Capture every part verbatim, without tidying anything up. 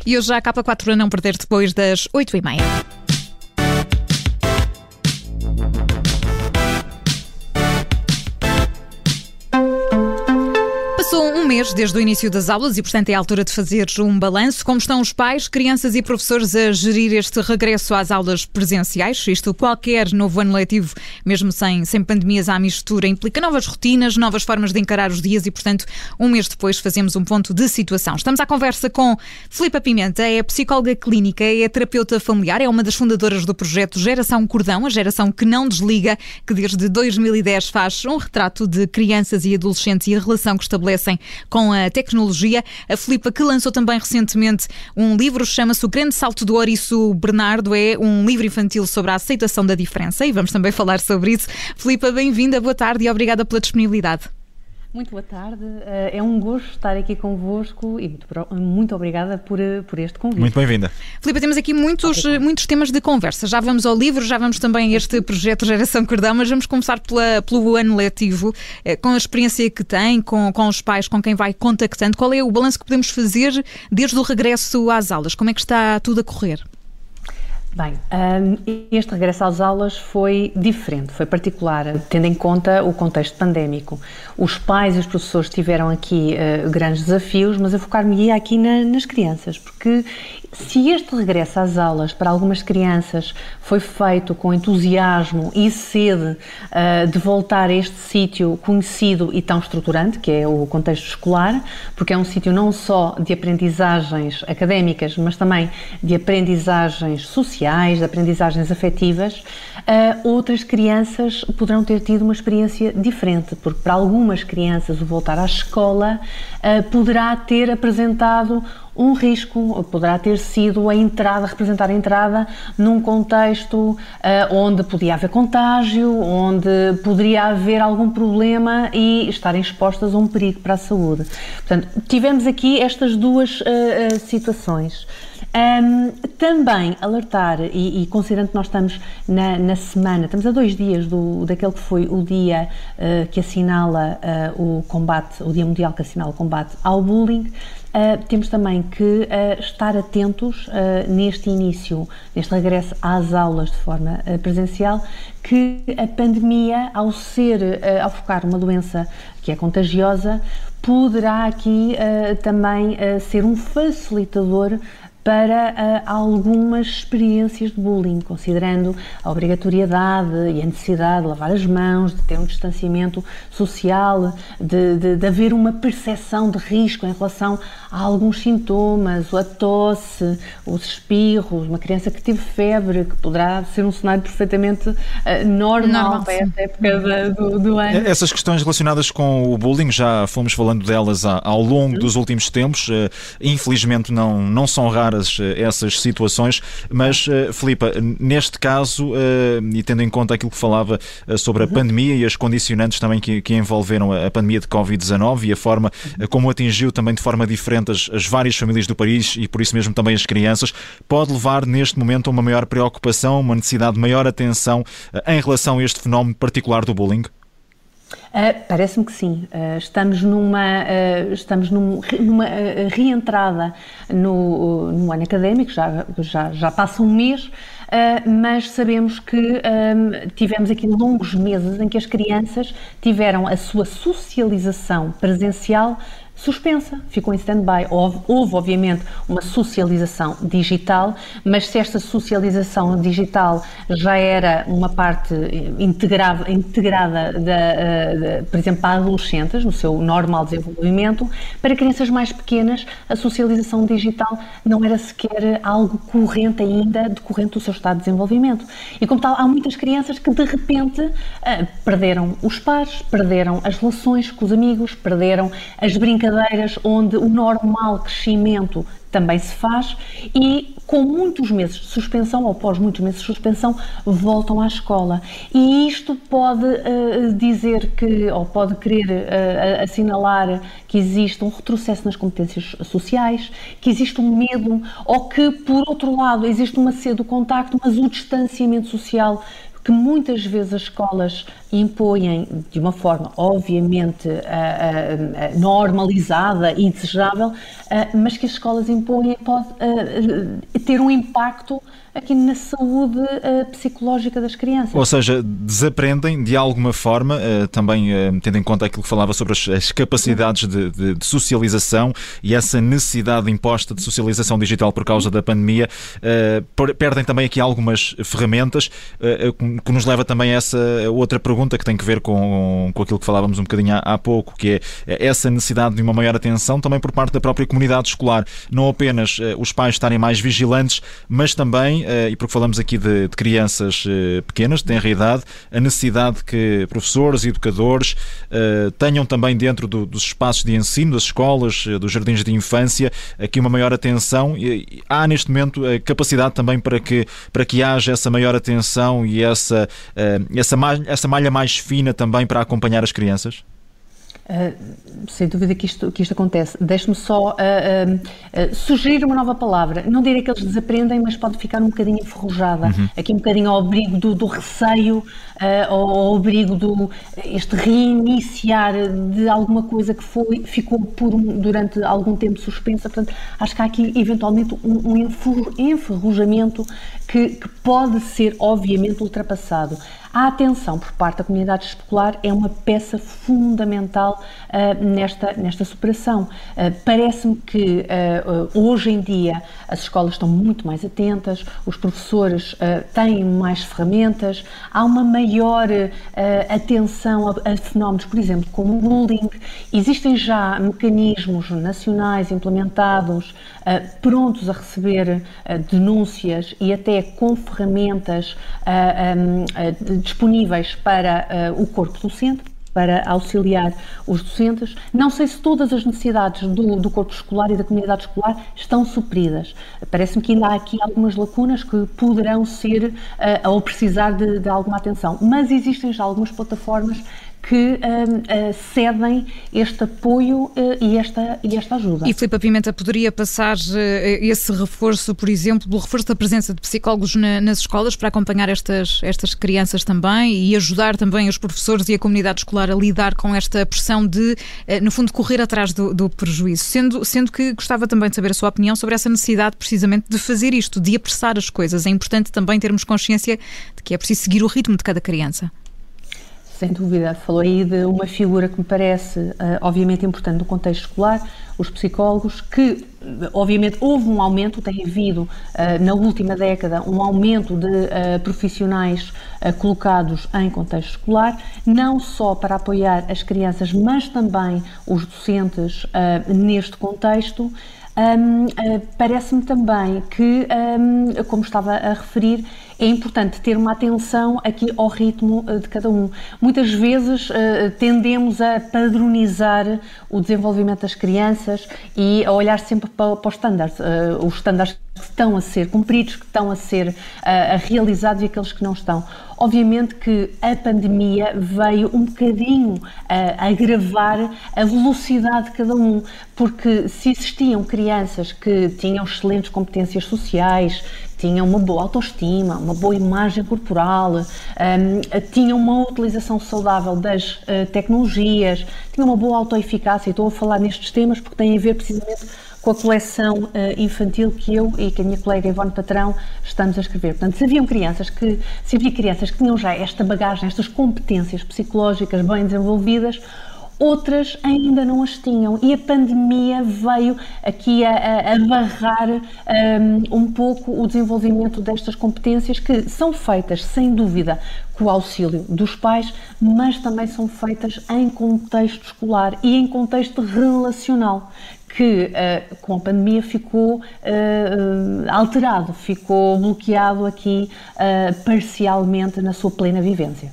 E hoje já a K quatro a não perder depois das oito e meia. Passou um mês desde o início das aulas e, portanto, é a altura de fazer um balanço. Como estão os pais, crianças e professores a gerir este regresso às aulas presenciais? Isto, qualquer novo ano letivo, mesmo sem, sem pandemias à mistura, implica novas rotinas, novas formas de encarar os dias e, portanto, um mês depois fazemos um ponto de situação. Estamos à conversa com Filipa Pimenta, é psicóloga clínica, é terapeuta familiar, é uma das fundadoras do projeto Geração Cordão, a geração que não desliga, que desde dois mil e dez faz um retrato de crianças e adolescentes e a relação que estabelece com a tecnologia. A Filipa, que lançou também recentemente um livro, chama-se O Grande Salto do Ouriço Bernardo, é um livro infantil sobre a aceitação da diferença e vamos também falar sobre isso. Filipa, bem-vinda, boa tarde e obrigada pela disponibilidade. Muito boa tarde, é um gosto estar aqui convosco e muito, muito obrigada por, por este convite. Muito bem-vinda. Filipa, temos aqui muitos, muitos temas de conversa. Já vamos ao livro, já vamos também a este projeto Geração Cordão, mas vamos começar pela, pelo ano letivo, com a experiência que tem, com, com os pais, com quem vai contactando. Qual é o balanço que podemos fazer desde o regresso às aulas? Como é que está tudo a correr? Bem, este regresso às aulas foi diferente, foi particular, tendo em conta o contexto pandémico. Os pais e os professores tiveram aqui uh, grandes desafios, mas eu focar-me-ia aqui na, nas crianças, porque se este regresso às aulas para algumas crianças foi feito com entusiasmo e sede uh, de voltar a este sítio conhecido e tão estruturante, que é o contexto escolar, porque é um sítio não só de aprendizagens académicas, mas também de aprendizagens sociais, de aprendizagens afetivas, uh, outras crianças poderão ter tido uma experiência diferente, porque para algumas crianças o voltar à escola uh, poderá ter apresentado um risco, poderá ter sido a entrada, representar a entrada num contexto uh, onde podia haver contágio, onde poderia haver algum problema e estarem expostas a um perigo para a saúde. Portanto, tivemos aqui estas duas uh, uh, situações. Um, também alertar, e, e considerando que nós estamos na, na semana, estamos a dois dias do, daquele que foi o dia uh, que assinala uh, o combate, o Dia Mundial que assinala o combate ao bullying, uh, temos também que uh, estar atentos uh, neste início, neste regresso às aulas de forma uh, presencial, que a pandemia, ao ser, uh, ao focar uma doença que é contagiosa, poderá aqui uh, também uh, ser um facilitador para uh, algumas experiências de bullying, considerando a obrigatoriedade e a necessidade de lavar as mãos, de ter um distanciamento social, de, de, de haver uma percepção de risco em relação a alguns sintomas, a tosse, os espirros, uma criança que teve febre, que poderá ser um cenário perfeitamente uh, normal, normal para esta época da, do, do ano. Essas questões relacionadas com o bullying, já fomos falando delas ao longo dos últimos tempos, uh, infelizmente não, não são raras essas situações, mas uh, Filipa, neste caso, uh, e tendo em conta aquilo que falava uh, sobre a uhum. pandemia e as condicionantes também que, que envolveram a, a pandemia de covid dezanove e a forma uh, como atingiu também de forma diferente as, as várias famílias do país e por isso mesmo também as crianças, pode levar neste momento a uma maior preocupação, uma necessidade de maior atenção uh, em relação a este fenómeno particular do bullying? Uh, Parece-me que sim. Uh, estamos numa, uh, estamos num, numa uh, reentrada no, no ano académico, já, já, já passa um mês, uh, mas sabemos que um, tivemos aqui longos meses em que as crianças tiveram a sua socialização presencial suspensa, ficou em stand-by. Houve, houve, obviamente, uma socialização digital, mas se esta socialização digital já era uma parte integrada, integrada da, de, por exemplo, para adolescentes, no seu normal desenvolvimento, para crianças mais pequenas, a socialização digital não era sequer algo corrente ainda, decorrente do seu estado de desenvolvimento. E, como tal, há muitas crianças que, de repente, perderam os pares, perderam as relações com os amigos, perderam as brincadeiras onde o normal crescimento também se faz e com muitos meses de suspensão, ou após muitos meses de suspensão, voltam à escola. E isto pode uh, dizer que, ou pode querer uh, assinalar que existe um retrocesso nas competências sociais, que existe um medo, ou que, por outro lado, existe uma sede do contacto, mas o distanciamento social porque muitas vezes as escolas impõem de uma forma obviamente uh, uh, normalizada e desejável, uh, mas que as escolas impõem pode uh, ter um impacto aqui na saúde uh, psicológica das crianças. Ou seja, desaprendem de alguma forma, uh, também uh, tendo em conta aquilo que falava sobre as, as capacidades de, de, de socialização e essa necessidade imposta de socialização digital por causa da pandemia, uh, perdem também aqui algumas ferramentas, uh, que nos leva também a essa outra pergunta que tem que ver com, com aquilo que falávamos um bocadinho há, há pouco, que é essa necessidade de uma maior atenção também por parte da própria comunidade escolar. Não apenas uh, os pais estarem mais vigilantes, mas também e porque falamos aqui de, de crianças pequenas, de tenra idade, a necessidade que professores e educadores uh, tenham também dentro do, dos espaços de ensino, das escolas, dos jardins de infância, aqui uma maior atenção. E há neste momento a capacidade também para que, para que haja essa maior atenção e essa, uh, essa, malha, essa malha mais fina também para acompanhar as crianças? Uh, sem dúvida que isto, que isto acontece. Deixe-me só uh, uh, uh, sugerir uma nova palavra. Não direi que eles desaprendem, mas pode ficar um bocadinho enferrujada. Uhum. Aqui um bocadinho ao abrigo do, do receio, uh, ao, ao abrigo do este reiniciar de alguma coisa que foi, ficou por um, durante algum tempo suspensa. Portanto, acho que há aqui eventualmente um, um enferrujamento que, que pode ser obviamente ultrapassado. A atenção por parte da comunidade escolar é uma peça fundamental uh, nesta, nesta superação. Uh, parece-me que uh, uh, hoje em dia as escolas estão muito mais atentas, os professores uh, têm mais ferramentas, há uma maior uh, atenção a, a fenómenos, por exemplo, como o bullying. Existem já mecanismos nacionais implementados, uh, prontos a receber uh, denúncias e até com ferramentas uh, um, uh, disponíveis para uh, o corpo docente, para auxiliar os docentes. Não sei se todas as necessidades do, do corpo escolar e da comunidade escolar estão supridas. Parece-me que ainda há aqui algumas lacunas que poderão ser uh, ou precisar de, de alguma atenção, mas existem já algumas plataformas que uh, uh, cedem este apoio uh, e, esta, e esta ajuda. E Filipa Pimenta poderia passar uh, esse reforço, por exemplo, do reforço da presença de psicólogos na, nas escolas para acompanhar estas, estas crianças também e ajudar também os professores e a comunidade escolar a lidar com esta pressão de, uh, no fundo, correr atrás do, do prejuízo. Sendo, sendo que gostava também de saber a sua opinião sobre essa necessidade precisamente de fazer isto, de apressar as coisas. É importante também termos consciência de que é preciso seguir o ritmo de cada criança. Sem dúvida, falou aí de uma figura que me parece uh, obviamente importante no contexto escolar, os psicólogos, que obviamente houve um aumento, tem havido uh, na última década um aumento de uh, profissionais uh, colocados em contexto escolar, não só para apoiar as crianças, mas também os docentes uh, neste contexto. Um, uh, parece-me também que, um, como estava a referir, é importante ter uma atenção aqui ao ritmo uh, de cada um. Muitas vezes uh, tendemos a padronizar o desenvolvimento das crianças e a olhar sempre para, para os estándares, uh, os estándares que estão a ser cumpridos, que estão a ser uh, realizados e aqueles que não estão. Obviamente que a pandemia veio um bocadinho a agravar a velocidade de cada um, porque se existiam crianças que tinham excelentes competências sociais, tinham uma boa autoestima, uma boa imagem corporal, um, tinham uma utilização saudável das uh, tecnologias, tinham uma boa autoeficácia, e estou a falar nestes temas porque têm a ver precisamente com a coleção uh, infantil que eu e que a minha colega Ivone Patrão estamos a escrever. Portanto, se haviam crianças que, se havia crianças que tinham já esta bagagem, estas competências psicológicas bem desenvolvidas, outras ainda não as tinham, e a pandemia veio aqui a, a barrar um, um pouco o desenvolvimento destas competências, que são feitas, sem dúvida, com o auxílio dos pais, mas também são feitas em contexto escolar e em contexto relacional, que uh, com a pandemia ficou uh, alterado, ficou bloqueado aqui uh, parcialmente na sua plena vivência.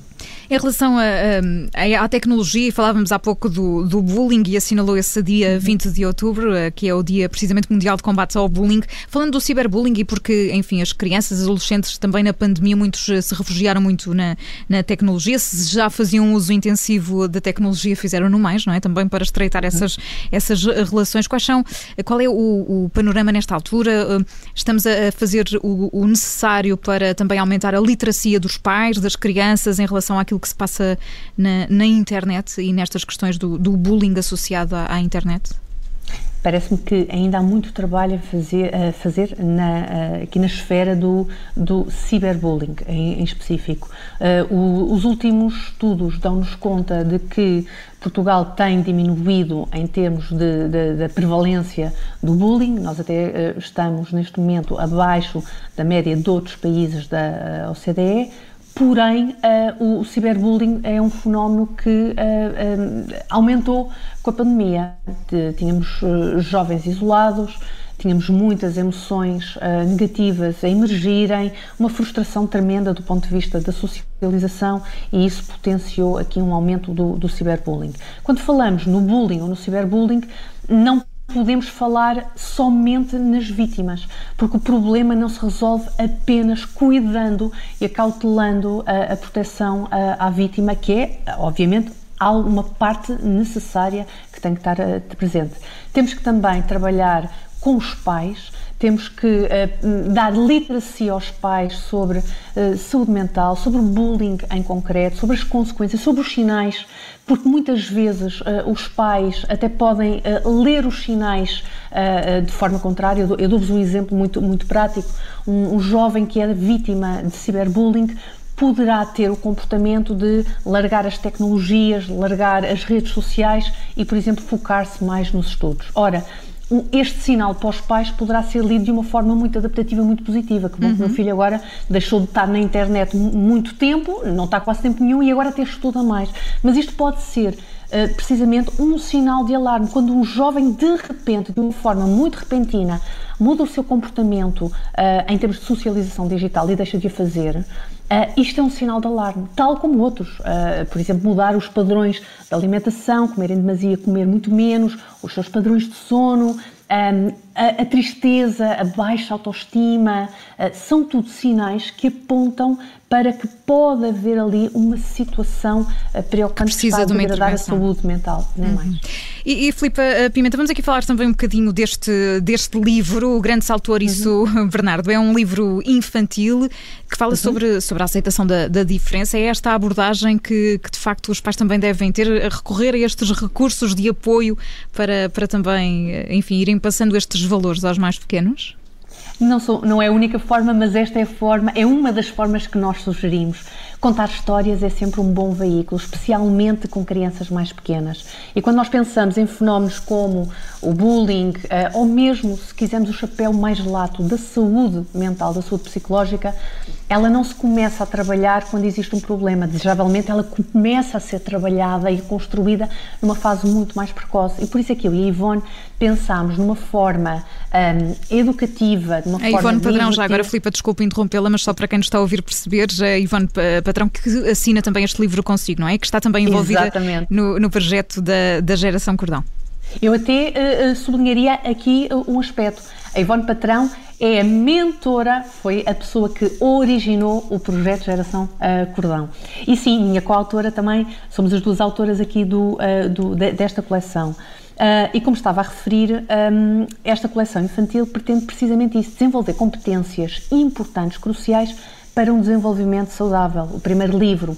Em relação a, a, à tecnologia, e falávamos há pouco do, do bullying e assinalou esse dia vinte de outubro, que é o dia precisamente mundial de combate ao bullying. Falando do ciberbullying e porque, enfim, as crianças, os adolescentes também na pandemia, muitos se refugiaram muito na, na tecnologia. Se já faziam um uso intensivo da tecnologia, fizeram-no mais, não é? Também para estreitar essas, essas relações. Quais são, qual é o, o panorama nesta altura? Estamos a fazer o, o necessário para também aumentar a literacia dos pais, das crianças, em relação àquilo que se passa na, na internet e nestas questões do, do bullying associado à, à internet? Parece-me que ainda há muito trabalho a fazer, a fazer na, aqui na esfera do, do ciberbullying em, em específico. Uh, o, os últimos estudos dão-nos conta de que Portugal tem diminuído em termos de, de, de prevalência do bullying. Nós até uh, estamos neste momento abaixo da média de outros países da uh, O C D E. Porém, uh, o, o ciberbullying é um fenómeno que uh, uh, aumentou com a pandemia. De, tínhamos uh, jovens isolados, tínhamos muitas emoções uh, negativas a emergirem, uma frustração tremenda do ponto de vista da socialização, e isso potenciou aqui um aumento do, do ciberbullying. Quando falamos no bullying ou no ciberbullying, não podemos falar somente nas vítimas, porque o problema não se resolve apenas cuidando e acautelando a, a proteção à, à vítima, que é, obviamente, há uma parte necessária que tem que estar uh, presente. Temos que também trabalhar com os pais, temos que uh, dar literacia aos pais sobre uh, saúde mental, sobre bullying em concreto, sobre as consequências, sobre os sinais, porque muitas vezes uh, os pais até podem uh, ler os sinais uh, de forma contrária. Eu, dou, eu dou-vos um exemplo muito, muito prático. Um, um jovem que é vítima de ciberbullying poderá ter o comportamento de largar as tecnologias, largar as redes sociais e, por exemplo, focar-se mais nos estudos. Ora, este sinal para os pais poderá ser lido de uma forma muito adaptativa, muito positiva. Que bom que o meu filho agora deixou de estar na internet muito tempo, não está quase tempo nenhum, e agora até estuda mais. Mas isto pode ser uh, precisamente um sinal de alarme. Quando um jovem, de repente, de uma forma muito repentina, muda o seu comportamento uh, em termos de socialização digital e deixa de a fazer, Uh, isto é um sinal de alarme, tal como outros. Uh, por exemplo, mudar os padrões de alimentação, comer em demasia, comer muito menos, os seus padrões de sono, um, a, a tristeza, a baixa autoestima, uh, são tudo sinais que apontam para que pode haver ali uma situação uh, preocupante que está a degradar a saúde mental, nem uhum. mais. E, e Filipa Pimenta, vamos aqui falar também um bocadinho deste, deste livro, O Grande Salto do Ouriço, uhum. Bernardo. É um livro infantil que fala uhum. sobre, sobre a aceitação da, da diferença. É esta a abordagem que, que de facto os pais também devem ter, a recorrer a estes recursos de apoio para, para também, enfim, irem passando estes valores aos mais pequenos? Não, sou, não é a única forma, mas esta é a forma, é uma das formas que nós sugerimos. Contar histórias é sempre um bom veículo, especialmente com crianças mais pequenas. E quando nós pensamos em fenómenos como o bullying, ou mesmo, se quisermos, o chapéu mais lato da saúde mental, da saúde psicológica, ela não se começa a trabalhar quando existe um problema. Desejavelmente, ela começa a ser trabalhada e construída numa fase muito mais precoce. E por isso é que eu e a Ivone pensámos numa forma um, educativa, de uma a forma... A Ivone Padrão, já agora, Filipa, desculpa interrompê-la, mas só para quem nos está a ouvir perceber, já a Ivone Padrão que assina também este livro consigo, não é? Que está também envolvida no, no projeto da, da Geração Cordão. Eu até uh, sublinharia aqui uh, um aspecto. A Ivone Patrão é a mentora, foi a pessoa que originou o projeto Geração uh, Cordão. E sim, minha coautora também, somos as duas autoras aqui do, uh, do, de, desta coleção. Uh, e como estava a referir, um, esta coleção infantil pretende precisamente isso, desenvolver competências importantes, cruciais, para um desenvolvimento saudável. O primeiro livro uh,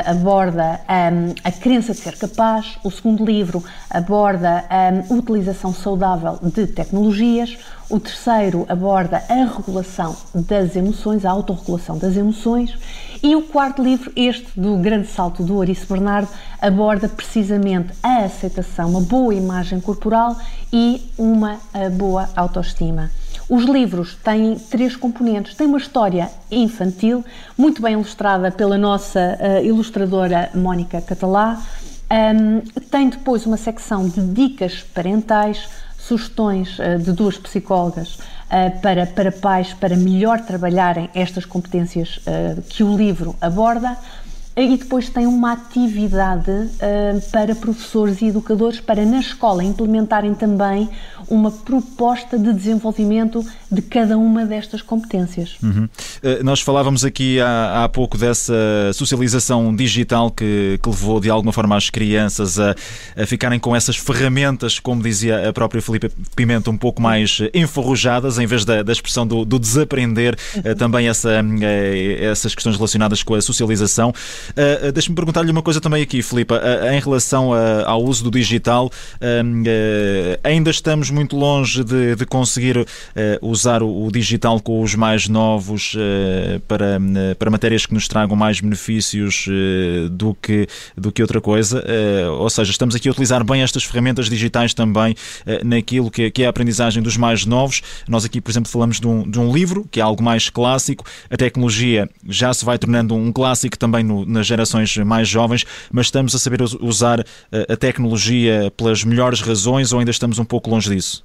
aborda um, a crença de ser capaz, o segundo livro aborda um, a utilização saudável de tecnologias, o terceiro aborda a regulação das emoções, a autorregulação das emoções, e o quarto livro, este do Grande Salto do Ouriço Bernardo, aborda precisamente a aceitação, uma boa imagem corporal e uma uh, boa autoestima. Os livros têm três componentes. Tem uma história infantil, muito bem ilustrada pela nossa uh, ilustradora Mónica Catalá. Um, tem depois uma secção de dicas parentais, sugestões uh, de duas psicólogas uh, para, para pais, para melhor trabalharem estas competências uh, que o livro aborda. e depois tem uma atividade uh, para professores e educadores para na escola implementarem também uma proposta de desenvolvimento de cada uma destas competências. Uhum. Uh, nós falávamos aqui há, há pouco dessa socialização digital que, que levou de alguma forma as crianças a, a ficarem com essas ferramentas, como dizia a própria Filipa Pimenta, um pouco mais enferrujadas, em vez da, da expressão do, do desaprender, uh, também essa, uh, essas questões relacionadas com a socialização. Uh, uh, Deixa-me perguntar-lhe uma coisa também aqui, Filipa, uh, em relação uh, ao uso do digital, uh, uh, ainda estamos muito longe de, de conseguir uh, usar o, o digital com os mais novos uh, para, uh, para matérias que nos tragam mais benefícios uh, do, que, do que outra coisa, uh, ou seja, estamos aqui a utilizar bem estas ferramentas digitais também uh, naquilo que, que é a aprendizagem dos mais novos. Nós aqui, por exemplo, falamos de um, de um livro, que é algo mais clássico, a tecnologia já se vai tornando um clássico também no, nas gerações mais jovens, mas estamos a saber usar a tecnologia pelas melhores razões ou ainda estamos um pouco longe disso?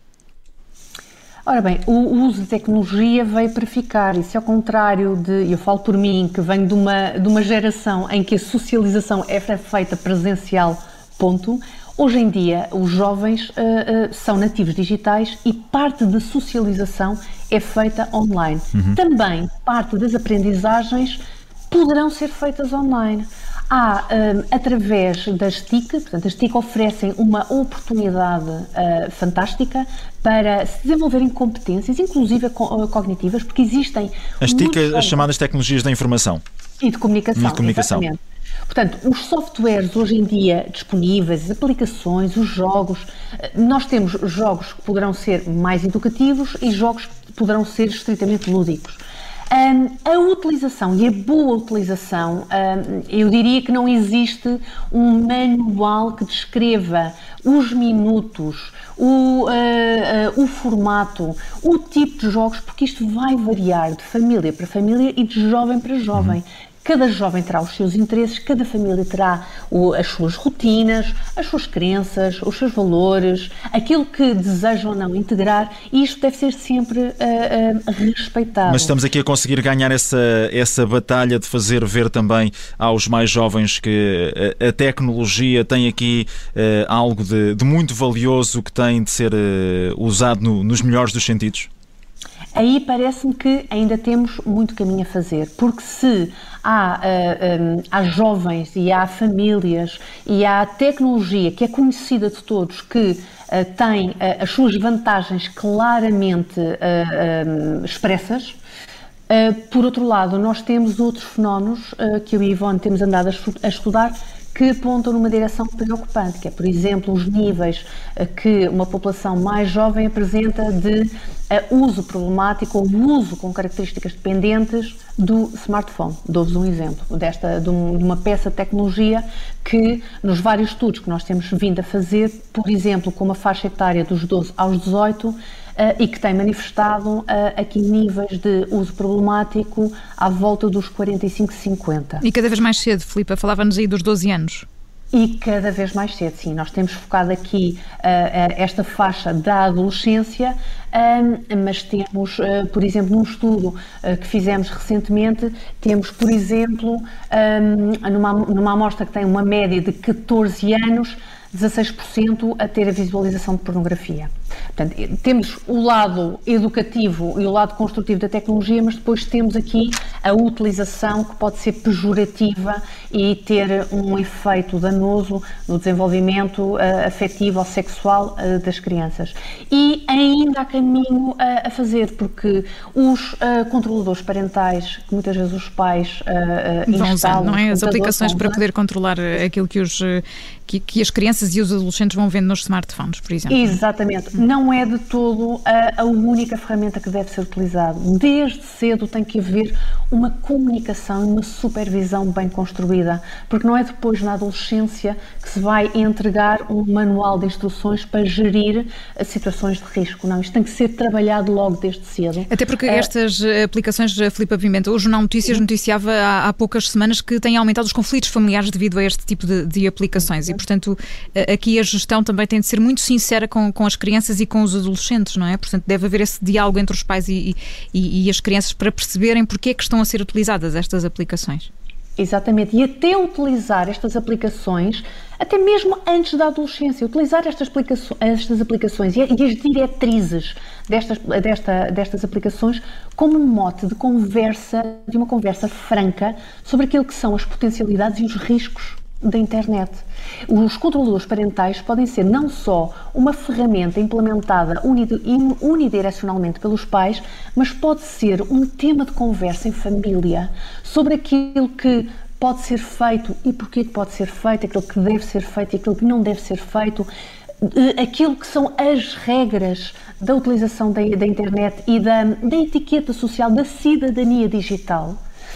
Ora bem, o uso de tecnologia veio para ficar, e se ao contrário de, eu falo por mim, que venho de uma, de uma geração em que a socialização é feita presencial, ponto, hoje em dia os jovens uh, uh, são nativos digitais e parte da socialização é feita online. Uhum. Também parte das aprendizagens poderão ser feitas online. Há, um, através das T I C, portanto, as T I C oferecem uma oportunidade uh, fantástica para se desenvolverem competências, inclusive co- cognitivas, porque existem... As T I C, as chamadas tecnologias da informação. E de comunicação, e de comunicação. Exatamente. Portanto, os softwares hoje em dia disponíveis, as aplicações, os jogos, nós temos jogos que poderão ser mais educativos e jogos que poderão ser estritamente lúdicos. Um, a utilização e a boa utilização, um, eu diria que não existe um manual que descreva os minutos, o, uh, uh, o formato, o tipo de jogos, porque isto vai variar de família para família e de jovem para jovem. Uhum. Cada jovem terá os seus interesses, cada família terá o, as suas rotinas, as suas crenças, os seus valores, aquilo que desejam ou não integrar, e isto deve ser sempre uh, uh, respeitado. Mas estamos aqui a conseguir ganhar essa, essa batalha de fazer ver também aos mais jovens que a, a tecnologia tem aqui uh, algo de, de muito valioso que tem de ser uh, usado no, nos melhores dos sentidos? Aí parece-me que ainda temos muito caminho a fazer, porque se há, uh, um, há jovens e há famílias e há tecnologia que é conhecida de todos, que uh, tem uh, as suas vantagens claramente uh, um, expressas, uh, por outro lado nós temos outros fenómenos uh, que eu e a Ivone temos andado a, a estudar, que apontam numa direção preocupante, que é, por exemplo, os níveis que uma população mais jovem apresenta de uh, uso problemático ou uso com características dependentes do smartphone. Dou-vos um exemplo desta, de, um, de uma peça de tecnologia que, nos vários estudos que nós temos vindo a fazer, por exemplo, com uma faixa etária dos doze aos dezoito, Uh, e que tem manifestado uh, aqui níveis de uso problemático à volta dos quarenta e cinco, cinquenta. E cada vez mais cedo, Filipa, falava-nos aí dos doze anos. E cada vez mais cedo, sim. Nós temos focado aqui uh, esta faixa da adolescência, uh, mas temos, uh, por exemplo, num estudo uh, que fizemos recentemente, temos, por exemplo, um, numa, numa amostra que tem uma média de catorze anos, dezasseis por cento a ter a visualização de pornografia. Portanto, temos o lado educativo e o lado construtivo da tecnologia, mas depois temos aqui a utilização que pode ser pejorativa e ter um efeito danoso no desenvolvimento uh, afetivo ou sexual uh, das crianças. E ainda há caminho uh, a fazer, porque os uh, controladores parentais, que muitas vezes os pais uh, uh, instalam... Não é? As aplicações para poder controlar aquilo que, os, que, que as crianças e os adolescentes vão vendo nos smartphones, por exemplo. Exatamente. Não é de todo a, a única ferramenta que deve ser utilizada. Desde cedo tem que haver uma comunicação e uma supervisão bem construída, porque não é depois na adolescência que se vai entregar um manual de instruções para gerir as situações de risco. Não, isto tem que ser trabalhado logo desde cedo. Até porque é... estas aplicações, Filipa Pimenta, o Jornal Notícias noticiava há, há poucas semanas que têm aumentado os conflitos familiares devido a este tipo de, de aplicações e, portanto, aqui a gestão também tem de ser muito sincera com, com as crianças e com os adolescentes, não é? Portanto, deve haver esse diálogo entre os pais e, e, e as crianças para perceberem porque é que estão a ser utilizadas estas aplicações. Exatamente, e até utilizar estas aplicações, até mesmo antes da adolescência, utilizar estas aplicações, estas aplicações e as diretrizes destas, desta, destas aplicações como um mote de conversa, de uma conversa franca sobre aquilo que são as potencialidades e os riscos da internet. Os controladores parentais podem ser não só uma ferramenta implementada unidirecionalmente pelos pais, mas pode ser um tema de conversa em família sobre aquilo que pode ser feito e porquê que pode ser feito, aquilo que deve ser feito e aquilo que não deve ser feito, aquilo que são as regras da utilização da, da internet e da, da etiqueta social, da cidadania digital.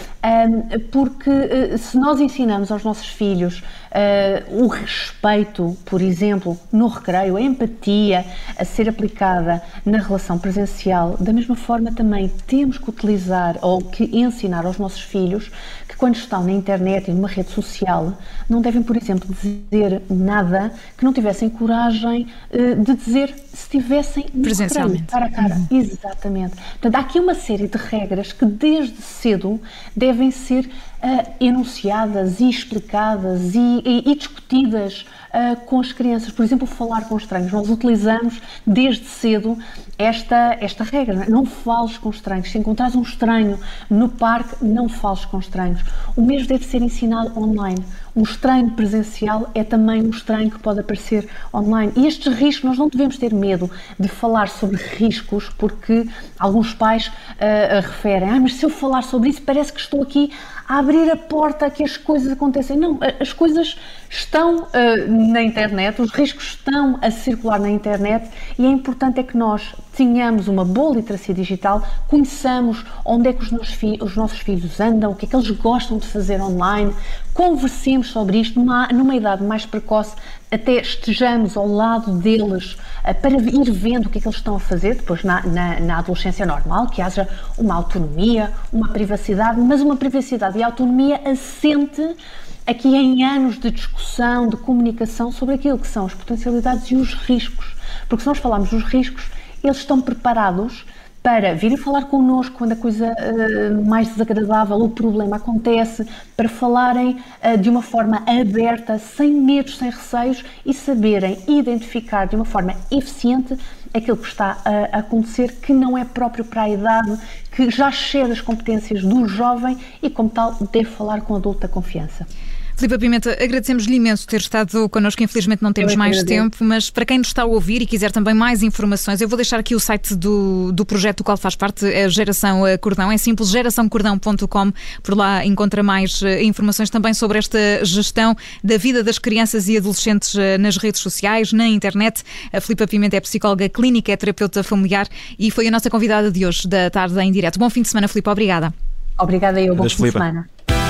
Um, porque uh, se nós ensinamos aos nossos filhos uh, o respeito, por exemplo, no recreio, a empatia a ser aplicada na relação presencial, da mesma forma também temos que utilizar ou que ensinar aos nossos filhos que quando estão na internet e numa rede social não devem, por exemplo, dizer nada que não tivessem coragem uh, de dizer se tivessem presencialmente, cara a cara. Uhum. Exatamente. Portanto, há aqui uma série de regras que desde cedo devem ser uh, enunciadas e explicadas e, e, e discutidas uh, com as crianças. Por exemplo, falar com estranhos. Nós utilizamos desde cedo esta, esta regra. Não, é? Não fales com estranhos. Se encontrares um estranho no parque, não fales com estranhos. O mesmo deve ser ensinado online. Um estranho presencial é também um estranho que pode aparecer online. E estes riscos, nós não devemos ter medo de falar sobre riscos, porque alguns pais uh, referem, ah, mas se eu falar sobre isso, parece que estou aqui a abrir a porta a que as coisas acontecem. Não, as coisas estão uh, na internet, os riscos estão a circular na internet e é importante é que nós tenhamos uma boa literacia digital, conheçamos onde é que os nossos, fi- os nossos filhos andam, o que é que eles gostam de fazer online, conversemos sobre isto numa, numa idade mais precoce, até estejamos ao lado deles uh, para ir vendo o que é que eles estão a fazer, depois na, na, na adolescência normal, que haja uma autonomia, uma privacidade, mas uma privacidade e autonomia assente aqui em anos de discussão, de comunicação sobre aquilo que são as potencialidades e os riscos. Porque se nós falarmos dos riscos, eles estão preparados para virem falar connosco quando a coisa uh, mais desagradável, o problema acontece, para falarem uh, de uma forma aberta, sem medos, sem receios e saberem identificar de uma forma eficiente aquilo que está a acontecer, que não é próprio para a idade, que já excede as competências do jovem e, como tal, deve falar com adulta confiança. Filipa Pimenta, agradecemos-lhe imenso ter estado connosco. Infelizmente não temos mais tempo, mas para quem nos está a ouvir e quiser também mais informações, eu vou deixar aqui o site do, do projeto do qual faz parte, a Geração Cordão. É simples, geração cordão ponto com. Por lá encontra mais informações também sobre esta gestão da vida das crianças e adolescentes nas redes sociais, na internet. A Filipa Pimenta é psicóloga clínica, é terapeuta familiar e foi a nossa convidada de hoje, da Tarde em Direto. Bom fim de semana, Filipa. Obrigada. Obrigada e eu. Bom fim de semana.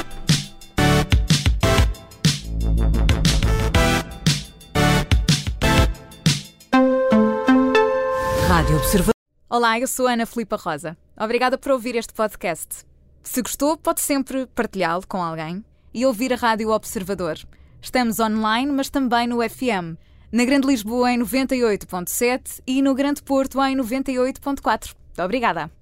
Olá, eu sou Ana Filipa Rosa. Obrigada por ouvir este podcast. Se gostou, pode sempre partilhá-lo com alguém e ouvir a Rádio Observador. Estamos online, mas também no F M. Na Grande Lisboa em noventa e oito ponto sete e no Grande Porto em noventa e oito ponto quatro. Muito obrigada.